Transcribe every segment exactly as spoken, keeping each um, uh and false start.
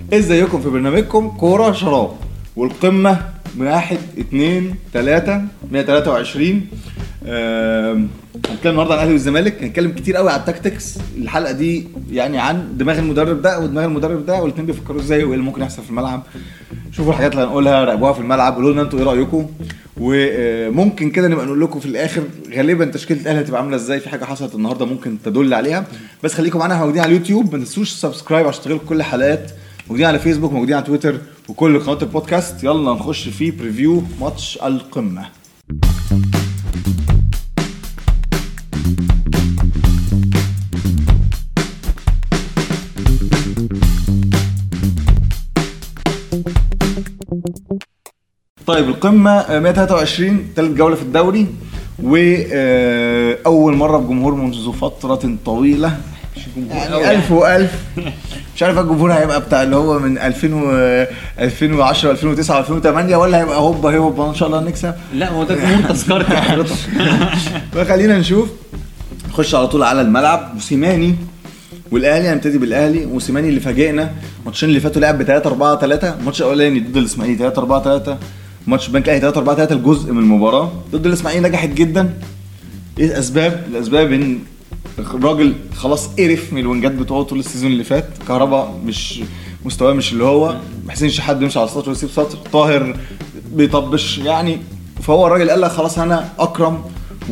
ازيكم في برنامجكم كورة شراب والقمة من واحد اتنين تلاتة مية تلاتة وعشرين. هنتكلم النهارده عن الاهلي والزمالك. هنتكلم كتير قوي على التاكتكس الحلقه دي، يعني عن دماغ المدرب ده ودماغ المدرب ده، والاثنين بيفكروا ازاي وايه اللي ممكن يحصل في الملعب. شوفوا الحاجات اللي هنقولها، راقبوها في الملعب، قولوا لنا انتوا ايه رايكم، وممكن كده نبقى نقول لكم في الاخر غالبا تشكيله الاهلي هتبقى عامله ازاي. في حاجه حصلت النهارده ممكن تدل عليها، بس خليكم معانا. موجودين على اليوتيوب، ما تنسوش سبسكرايب عشان تشتغلوا كل الحلقات. موجودين على فيسبوك، موجودين على تويتر وكل قنوات البودكاست. يلا نخش في بريفيو ماتش القمه. طيب القمة مية تلاتة وعشرين، ثالث جولة في الدوري، وأول مرة بجمهور منذ فترة طويلة، يعني ألف وألف. مش عارف الجمهور هيبقى بتاع اللي هو من ألفين وعشرة ألفين وتسعة ألفين وثمانية ولا هيبقى هوبا هوبا إن شاء الله نكسب. لا هو ده جمهور تذكرتي حضرتك. فخلينا نشوف. نخش على طول على الملعب. موسيماني والاهلي. هنبتدي بالاهلي. موسيماني اللي فاجئنا الماتشين اللي فاتوا، لعب ب ثلاثة أربعة ثلاثة. الماتش الاولاني ضد الاسماعيلي ثلاثة أربعة ثلاثة، ماتش البنك الاهلي ثلاثة أربعة ثلاثة. الجزء من المباراه ضد الاسماعيلي نجحت جدا. ايه الاسباب؟ الاسباب ان الراجل خلاص قرف من الوينجات بتوعه طول السيزون اللي فات. كهربا مش مستواه مش اللي هو، محسين شحات بيمشي على السطر ويسيب سطر، طاهر بيطبش يعني. فهو الراجل قال لك خلاص انا اكرم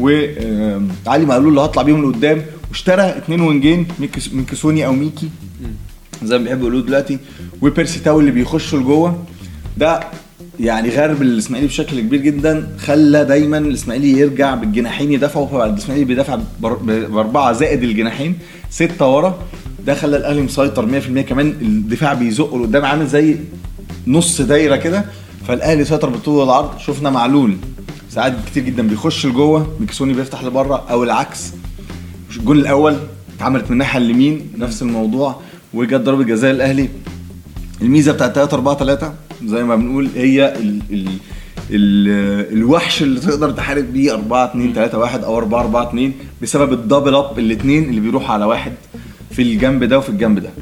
وعلي معلول اللي هطلع بيهم لقدام، واشترى اتنين وينجين، ميكيسوني او ميكي زي ما بيحبوا يقولوا دلوقتي، وبيرسي تاو اللي بيخشوا لجوه. ده يعني غرب الاسماعيلي بشكل كبير جدا، خلى دايما الاسماعيلي يرجع بالجناحين يدافعوا. فالاسماعيلي بيدافع باربعه زائد الجناحين ستة ورا. ده خلى الاهلي مسيطر مية في المية. كمان الدفاع بيزق لقدام عامل زي نص دايره كده، فالاهلي سيطر بالطول والعرض. شفنا معلول ساعات كتير جدا بيخش لجوه، ميكيسوني بيفتح لبره او العكس. الجول الاول اتعملت من الناحيه اليمين نفس الموضوع، وجت ضربه جزاء الاهلي. الميزه بتاعت ثلاثة أربعة ثلاثة زي ما بنقول هي ال ال ال الوحش اللي تقدر تحارب بيه أربعة اتنين ثلاثة واحد او أربعة أربعة اتنين، بسبب الدبل اب الاثنين اللي بيروحوا على واحد في الجنب ده وفي الجنب ده.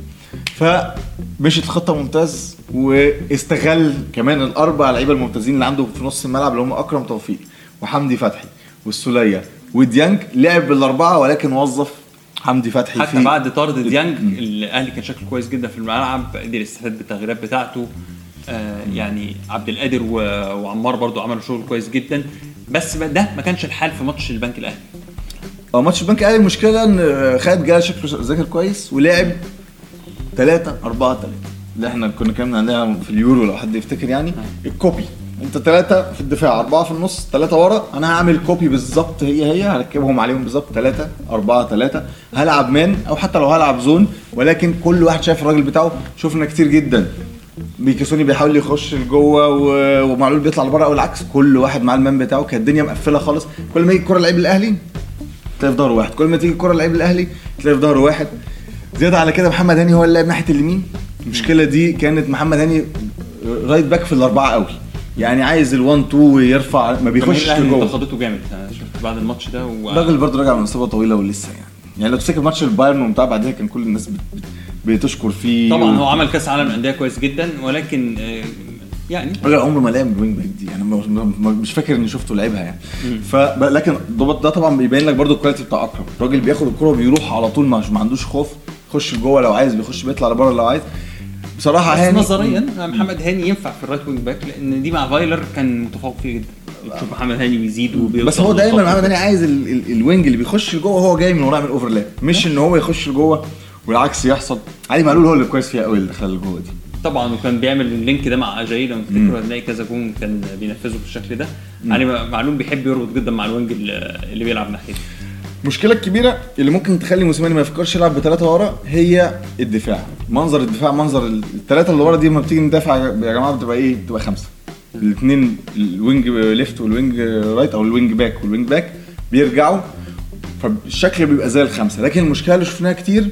فمشيت الخطه ممتاز، واستغل كمان الاربع لعيبه الممتازين اللي عنده في نص الملعب اللي هم اكرم توفيق وحمدي فتحي والسوليه وديانج. لعب بالاربعه ولكن وظف حمدي فتحي حتى بعد طرد ديانج. الاهلي كان شكله كويس جدا في الملعب، قدر يستفاد بالتغييرات بتاعته. آه يعني عبد القادر وعمار برضو عملوا شغل كويس جدا، بس ده ما كانش الحال في ماتش البنك الاهلي. اه ماتش البنك الاهلي المشكله ان خالد جلال شكله ذاكر كويس، ولعب ثلاثة أربعة ثلاثة اللي احنا كنا كنا عندنا في اليورو لو حد يفتكر. يعني الكوبي، انت ثلاثة في الدفاع أربعة في النص ثلاثة ورا. انا هعمل كوبي بالظبط، هي هي هركبهم عليهم بالظبط ثلاثة أربعة ثلاثة. هلعب مان او حتى لو هلعب زون، ولكن كل واحد شايف الراجل بتاعه. شفنا كتير جدا ميكيسوني بيحاول يخش لجوه ومعلول بيطلع لبره او العكس، كل واحد مع المان بتاعه. كانت الدنيا مقفله خالص. كل ما يجي الكره لعيب الاهلي تلاقي في ظهره واحد، كل ما تيجي الكره لعيب الاهلي تلاقي في ظهره واحد. زياده على كده محمد هاني هو اللي لعب ناحيه اليمين. المشكله دي كانت محمد هاني رايت باك في الاربعه قوي، يعني عايز الوان تو ويرفع، ما بيخش لجوه. انتقدته جامد شفت بعد الماتش ده. الراجل برضه راجع من اصابه طويله ولسه يعني يعني لو تفتكر ماتش البايرن وبتاع بعدها كان كل الناس بتشكر فيه. طبعا هو عمل كاس عالم انديه كويس جدا، ولكن يعني الراجل عمره ما لعب بالوينج باك دي. انا يعني مش فاكر اني شفته لعبها يعني. فلكن ده طبعا بيبين لك برضه الكواليتي بتاع اكرم. الراجل بياخد الكره وبيروح على طول، ما عندوش خوف، يخش جوه لو عايز بيخش، بيطلع لبره لو عايز. بصراحه هاني نظريا محمد هاني ينفع في الرايت وينج باك، لان دي مع فايلر كان متفوق فيه جدا. شوف محمد هاني بيزيد وبيوصل، بس هو دايما محمد هاني عايز ال ال الوينج اللي بيخش لجوه وهو جاي من ورا من الاوفرلاب، مش ان هو يخش لجوه والعكس يحصل. علي معلول هو اللي كويس فيها قوي اللي دخل لجوه دي طبعا، وكان بيعمل اللينك ده مع اجاي لو تفتكروا هنلاقي كذا جون كان بينفذه بالشكل ده. علي معلول بيحب يربط جدا مع الوينج اللي بيلعب ناحيته. المشكله الكبيره اللي ممكن تخلي موسيماني ما يفكرش يلعب بثلاثه ورا هي الدفاع. منظر الدفاع، منظر الثلاثه اللي ورا دي لما بتيجي ندافع يا جماعه بتبقى ايه؟ بتبقى خمسه. الاثنين الوينج ليفت والوينج رايت او الوينج باك والوينج باك بيرجعوا، فالشكل بيبقى زي الخمسه. لكن المشكله اللي شفناها كتير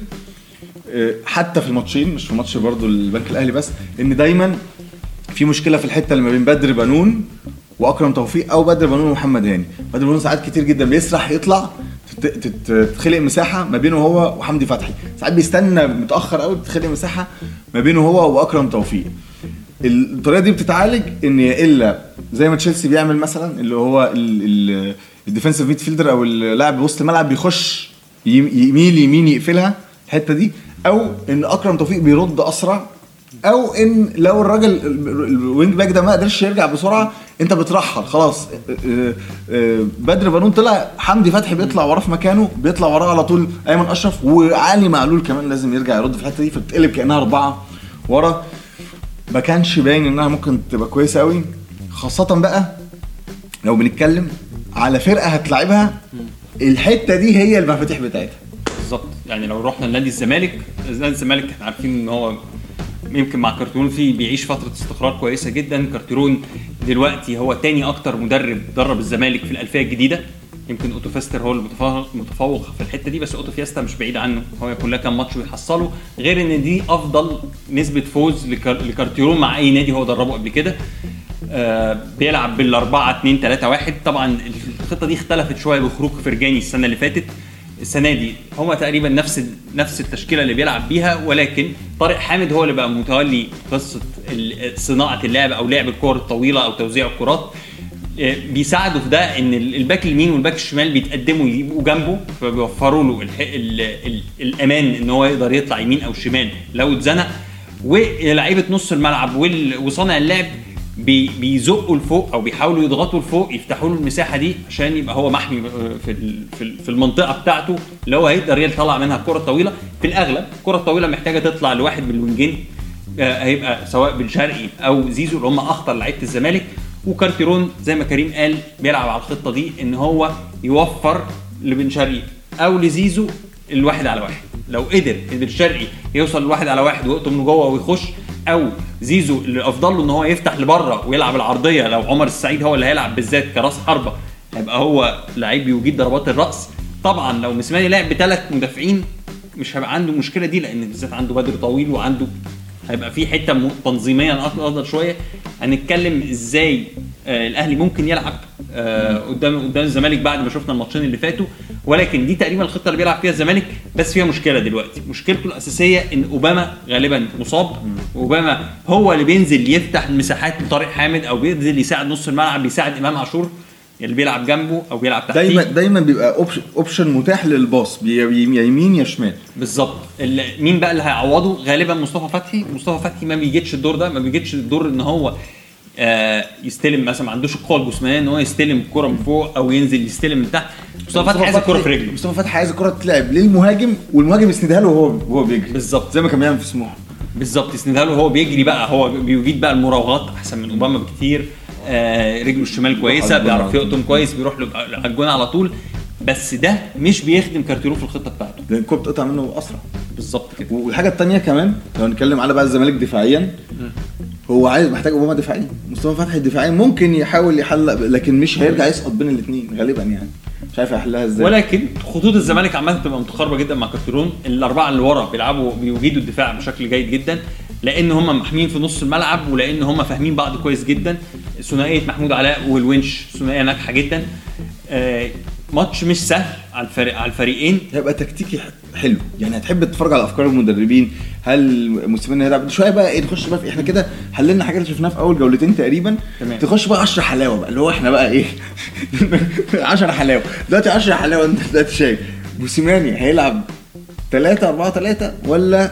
حتى في الماتشين، مش في ماتش برضو البنك الاهلي بس، ان دايما في مشكله في الحته اللي ما بين بدر بنون واكرم توفيق او بدر بنون ومحمد هاني. بدر بنون ساعات كتير جدا بيسرح يطلع، تتخلق مساحه ما بينه هو وحمدي فتحي. ساعات بيستنى متاخر قوي، بتخلق مساحه ما بينه هو واكرم توفيق. الطريقه دي بتتعالج ان يا الا زي ما تشيلسي بيعمل مثلا اللي هو الديفنسيف ميد فيلدر او اللاعب وسط الملعب بيخش يميل يمين يقفلها الحته دي، او ان اكرم توفيق بيرد اسرع، او ان لو الراجل الوينج باك ده ما قدرش يرجع بسرعه انت بترحل خلاص. بدر بنون طلع، حمدي فتحي بيطلع وراه في مكانه، بيطلع وراه على طول ايمن اشرف، وعلي معلول كمان لازم يرجع يرد في الحته دي، فبتقلب كانها اربعه ورا. ما كانش باين انها ممكن تبقى كويسه قوي، خاصه بقى لو بنتكلم على فرقه هتلعبها الحته دي هي المفاتيح بتاعتها بالظبط. يعني لو رحنا لنادي الزمالك، نادي الزمالك احنا عارفين ان هو يمكن مع كارتيرون فيه بيعيش فتره استقرار كويسه جدا. كارتيرون دلوقتي هو تاني اكتر مدرب درب الزمالك في الالفيه الجديده، يمكن اوتو فيستر هو المتفوق في الحته دي، بس اوتو فيستا مش بعيد عنه، هو كلها كام ماتش ويحصله، غير ان دي افضل نسبه فوز لكارتيرون مع اي نادي هو دربه قبل كده. آه بيلعب بالاربعة اتنين تلاتة واحد. طبعا الخطه دي اختلفت شويه بخروج فرجاني السنه اللي فاتت. السنه دي هو تقريبا نفس نفس التشكيله اللي بيلعب بيها، ولكن طارق حامد هو اللي بقى متولي قصه صناعه اللعب او لعب الكور الطويله او توزيع الكرات. بيساعدوا في ده ان الباك اليمين والباك الشمال بيتقدموا يبقوا جنبه، فبيوفروا له ال ال الامان ان هو يقدر يطلع يمين او شمال لو اتزنق. ولاعيبه نص الملعب وصانع اللعب بيزقوا لفوق او بيحاولوا يضغطوا لفوق، يفتحوا له المساحه دي عشان يبقى هو محمي في في المنطقه بتاعته اللي هو هيقدر يطلع منها الكره الطويله. في الاغلب الكره الطويله محتاجه تطلع لواحد من الوينجين، هيبقى سواء بن شرقي او زيزو اللي هم اخطر لعيبه الزمالك. وكارتيرون زي ما كريم قال بيلعب على الخطه دي ان هو يوفر لبن شرقي او لزيزو الواحد على واحد. لو قدر بن شرقي يوصل لواحد على واحد ويقطم من جوه ويخش، او زيزو اللي افضل له ان هو يفتح لبره ويلعب العرضيه، لو عمر السعيد هو اللي هيلعب بالذات كراس حربه هيبقى هو لعيب بيجيد ضربات الراس. طبعا لو مسماني لعب بثلاث مدافعين مش هيبقى عنده مشكله دي، لان بالذات عنده بدر طويل وعنده هيبقى في حته تنظيميا افضل شويه. هنتكلم ازاي آه الاهلي ممكن يلعب آه قدام قدام الزمالك بعد ما شفنا الماتشين اللي فاتوا، ولكن دي تقريبا الخطه اللي بيلعب فيها الزمالك. بس فيها مشكله دلوقتي، مشكلته الاساسيه ان اوباما غالبا مصاب. اوباما هو اللي بينزل يفتح المساحات لطارق حامد، او بينزل يساعد نص الملعب، بيساعد امام عاشور اللي بيلعب جنبه او بيلعب تحتيه. دايما دايما بيبقى اوبشن اوبشن متاح للباص، يا يمين يا شمال بالظبط. مين بقى اللي هيعوضه؟ غالبا مصطفى فتحي. مصطفى فتحي ما بيجيتش الدور ده، ما بيجيتش الدور ان هو آه يستلم مثلا، ما عندوش القوه الجسمانيه ان هو يستلم الكره من فوق او ينزل يستلم من تحت. مصطفى فتحي عايز الكره في رجله. مصطفى فتحي عايز الكره تتلعب للمهاجم والمهاجم يسندها له وهو وهو بيجري بالظبط، زي ما كان بيعمل في سموحه بالظبط، يسندها له وهو بيجري. بقى هو بيجيد بقى المراوغات احسن من اوباما بكتير. آه رجله الشمال كويسه، بيعرف يقطم كويس، بيروح له على الجون على طول. بس ده مش بيخدم كارتيرون في الخطه بتاعته، لان الكوره بتقطع منه اسرع. بالظبط كده. والحاجه الثانيه كمان لو نتكلم على بقى الزمالك دفاعيا، هو عايز محتاج اوباما دفاعيا. مصطفى فتحي دفاعيا ممكن يحاول يحل، لكن مش هيرجع يسقط بين الاثنين غالبا، يعني مش عارف يحلها ازاي. ولكن خطوط الزمالك عامه بتبقى متقاربه جدا مع كارتيرون. الاربعه اللي ورا بيلعبوا بيجيدوا الدفاع بشكل جيد جدا، لان هم محميين في نص الملعب، ولان هم فاهمين بعض كويس جدا. ثنائيه محمود علاء والونش ثنائيه ناجحه جدا. آه ماتش مش سهل على الفريق على الفريقين. هيبقى تكتيكي حلو، يعني هتحب تتفرج على افكار المدربين. هل موسيماني هيلعب شويه بقى ايه؟ نخش بقى في احنا كده حللنا حاجات اللي شفناها في اول جولتين تقريبا. تمام. تخش بقى عشرة حلاوه بقى اللي هو احنا بقى ايه عشرة حلاوه دلوقتي. عشرة حلاوه انت دلوقتي شايف موسيماني هيلعب ثلاثة أربعة ثلاثة ولا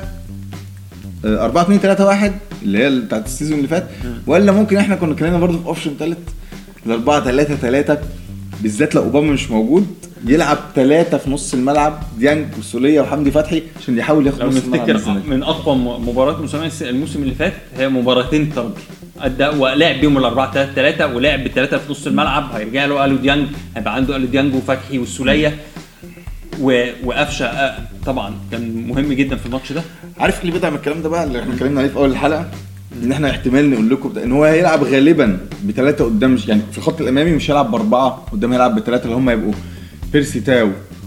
أربعة اتنين ثلاثة واحد اللي هي بتاعت السيزون اللي فات، ولا ممكن احنا كنا اتكلمنا برضه في اوبشن ثالث الأربعة ثلاثة ثلاثة، بالذات لو اوباما مش موجود يلعب ثلاثة في نص الملعب، ديانج والسوليه وحمدي فتحي عشان يحاول ياخد نص الملعب. من اقوى مباريات موسيماني الموسم اللي فات هي مباراتين الترجي، ادى ولعب بيهم الأربعة ثلاثة ثلاثة ولعب بالثلاثه في نص الملعب. هيرجع له قالوا ديانج، هيبقى عنده قالوا ديانج وفتحي والسوليه وقفشه. طبعا كان مهم جدا في الماتش ده. عارف اللي بيدعم الكلام ده بقى اللي احنا اتكلمنا عليه في اول الحلقه، ان احنا احتمال نقول لكم ان هو هيلعب غالبا بثلاثه قدام، يعني في الخط الامامي مش هيلعب باربعه قدام، هيلعب بثلاثه اللي هم يبقوا بيرسي تاو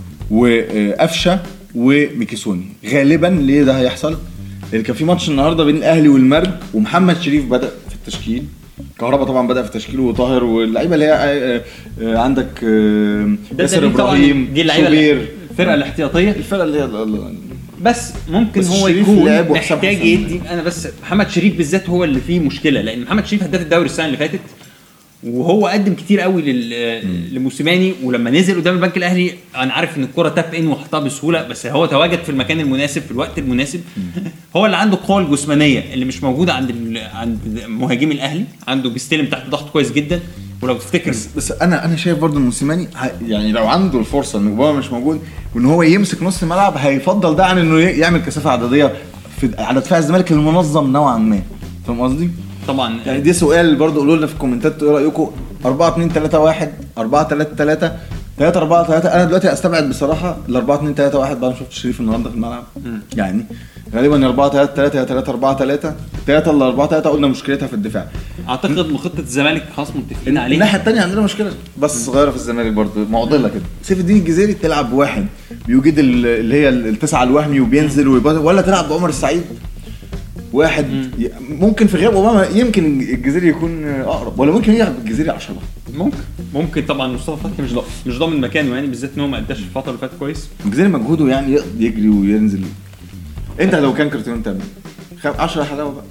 وقفشه وميكيسوني غالبا. ليه ده هيحصل؟ لان كان في ماتش النهارده بين الاهلي والمرج ومحمد شريف بدا في التشكيل، كهربا طبعا بدا في التشكيل وطاهر واللعيبه اللي هي عندك ياسر ابراهيم دي اللعيبه الفرقه الاحتياطيه، الفرقه اللي هي بس ممكن بس هو الشريف يكون لعب وحسام محتاج حسن. يدي. انا بس محمد شريف بالذات هو اللي فيه مشكله، لان محمد شريف هداف الدوري السنه اللي فاتت، وهو قدم كتير قوي لل- لموسيماني، ولما نزل قدام البنك الاهلي انا عارف ان الكره تاب ان وحطها بسهوله، بس هو تواجد في المكان المناسب في الوقت المناسب. هو اللي عنده القوه الجسمانيه اللي مش موجوده عند ال- عند مهاجمي الاهلي، عنده بيستلم تحت ضغط كويس جدا. ولو تفتكر بس, بس انا انا شايف برضو موسيماني يعني لو عنده الفرصه ان بابا مش موجود وان هو يمسك نص الملعب هيفضل ده عن انه ي- يعمل كثافه عدديه في على دفاع الزمالك المنظم نوعا ما. فاهم قصدي؟ طبعا يعني دي سؤال برضو، قولوا لنا في الكومنتات ايه رايكم. أربعة اتنين تلاتة واحد أربعة تلاتة تلاتة ثلاثة أربعة ثلاثة. انا دلوقتي استبعد بصراحه ال أربعة اتنين تلاتة واحد بعد ما شفت شريف النهارده في الملعب. يعني غالبا يا أربعة ثلاثة ثلاثة يا ثلاثة أربعة ثلاثة ثلاثة ل أربعة ثلاثة. قلنا مشكلتها في الدفاع. اعتقد مخطه الزمالك خلاص متفقين عليه. الناحيه الثانيه عندنا مشكله بس صغيره في الزمالك برضو معضله كده. سيف الدين الجزيري تلعب بواحد بيوجد ال- اللي هي التسعه الوهمي وبينزل ويبقى، ولا تلعب بعمر السعيد واحد ي- ممكن في غياب اوباما يمكن الجزيري يكون اقرب، ولا ممكن يلعب الجزيري عشرة. ممكن ممكن طبعا مصطفى فتحي مش ضامن مش ضامن مكانه، يعني بالذات ان هو ما اداش الفتره اللي فاتت كويس. الجزيري مجهوده يعني يقدر يجري وينزل. انت لو كان كرتون تعمل عشرة حلاوه بقى.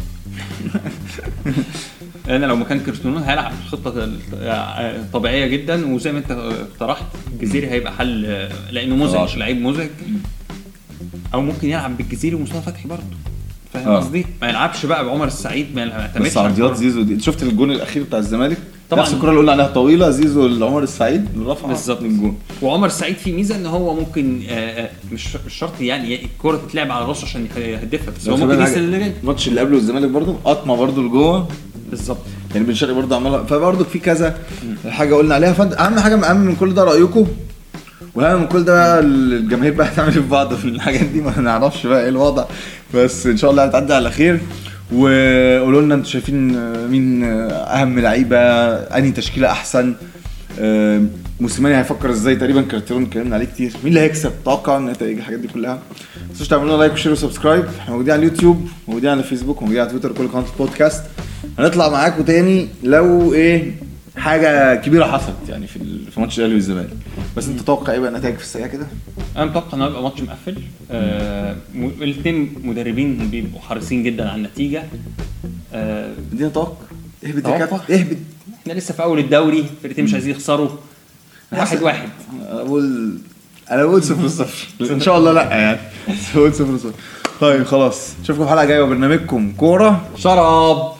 انا لو مكان كريستيانو هيلعب خطه طبيعيه جدا، وزي ما انت اقترحت الجزيري هيبقى حل لانه مزعج، لعيب مزعج. او ممكن يلعب بالجزيري ومصطفى فتحي برضه، فاهم آه. قصدي؟ ما يلعبش بقى بعمر السعيد، ما يعتمدش بس عرضيات زيزو دي، شفت الجون الاخير بتاع الزمالك طبعاً. نفس الكره اللي قلنا عليها طويله زيزو لعمر السعيد رفع بالظبط الجون. وعمر السعيد فيه ميزه ان هو ممكن آه، آه، مش مش شرط يعني الكره تتلعب على راسه عشان يهدفها، بس هو ممكن يسال اللي جاي. الماتش اللي قبله الزمالك برضه قطمه برضه لجوه بالظبط. يعني بن شرقي برضه عملها، فبرضه في كذا حاجه قلنا عليها. فانت اهم حاجه اهم من كل ده رايكم، واهم من كل ده الجماهير بقى هتعمل ايه في بعض في الحاجات دي ما نعرفش بقى ايه الوضع، بس ان شاء الله هتعدي على خير. وقولوا لنا انتوا شايفين مين اهم لعيبه، انهي تشكيله احسن، موسيماني هيفكر ازاي، تقريبا كارتيرون اتكلمنا عليه كتير، مين اللي هيكسب، توقع النتائج، الحاجات دي كلها. ما تنسوش تعملوا لنا لايك وشير وسبسكرايب. احنا موجودين على اليوتيوب، موجودين على الفيسبوك، موجودين على تويتر، كل قناه بودكاست. هنطلع معاكم تاني لو ايه حاجه كبيره حصلت يعني في في ماتش الاهلي والزمالك. بس انت تتوقع ايه بقى النتائج في السريع كده؟ انا متوقع انه هيبقى ماتش مقفل. آه الاثنين مدربين بيبقوا حريصين جدا على النتيجه. آه ادينا توقع، اهبط يا توقع. كابتن اهبط. احنا لسه في اول الدوري، فرقتين مش عايزين يخسروا. واحد واحد انا بقول انا بقول صفر صفر ان شاء الله. لا يعني بقول صفر صفر. طيب خلاص، نشوفكم الحلقه الجايه وبرنامجكم كوره شراب.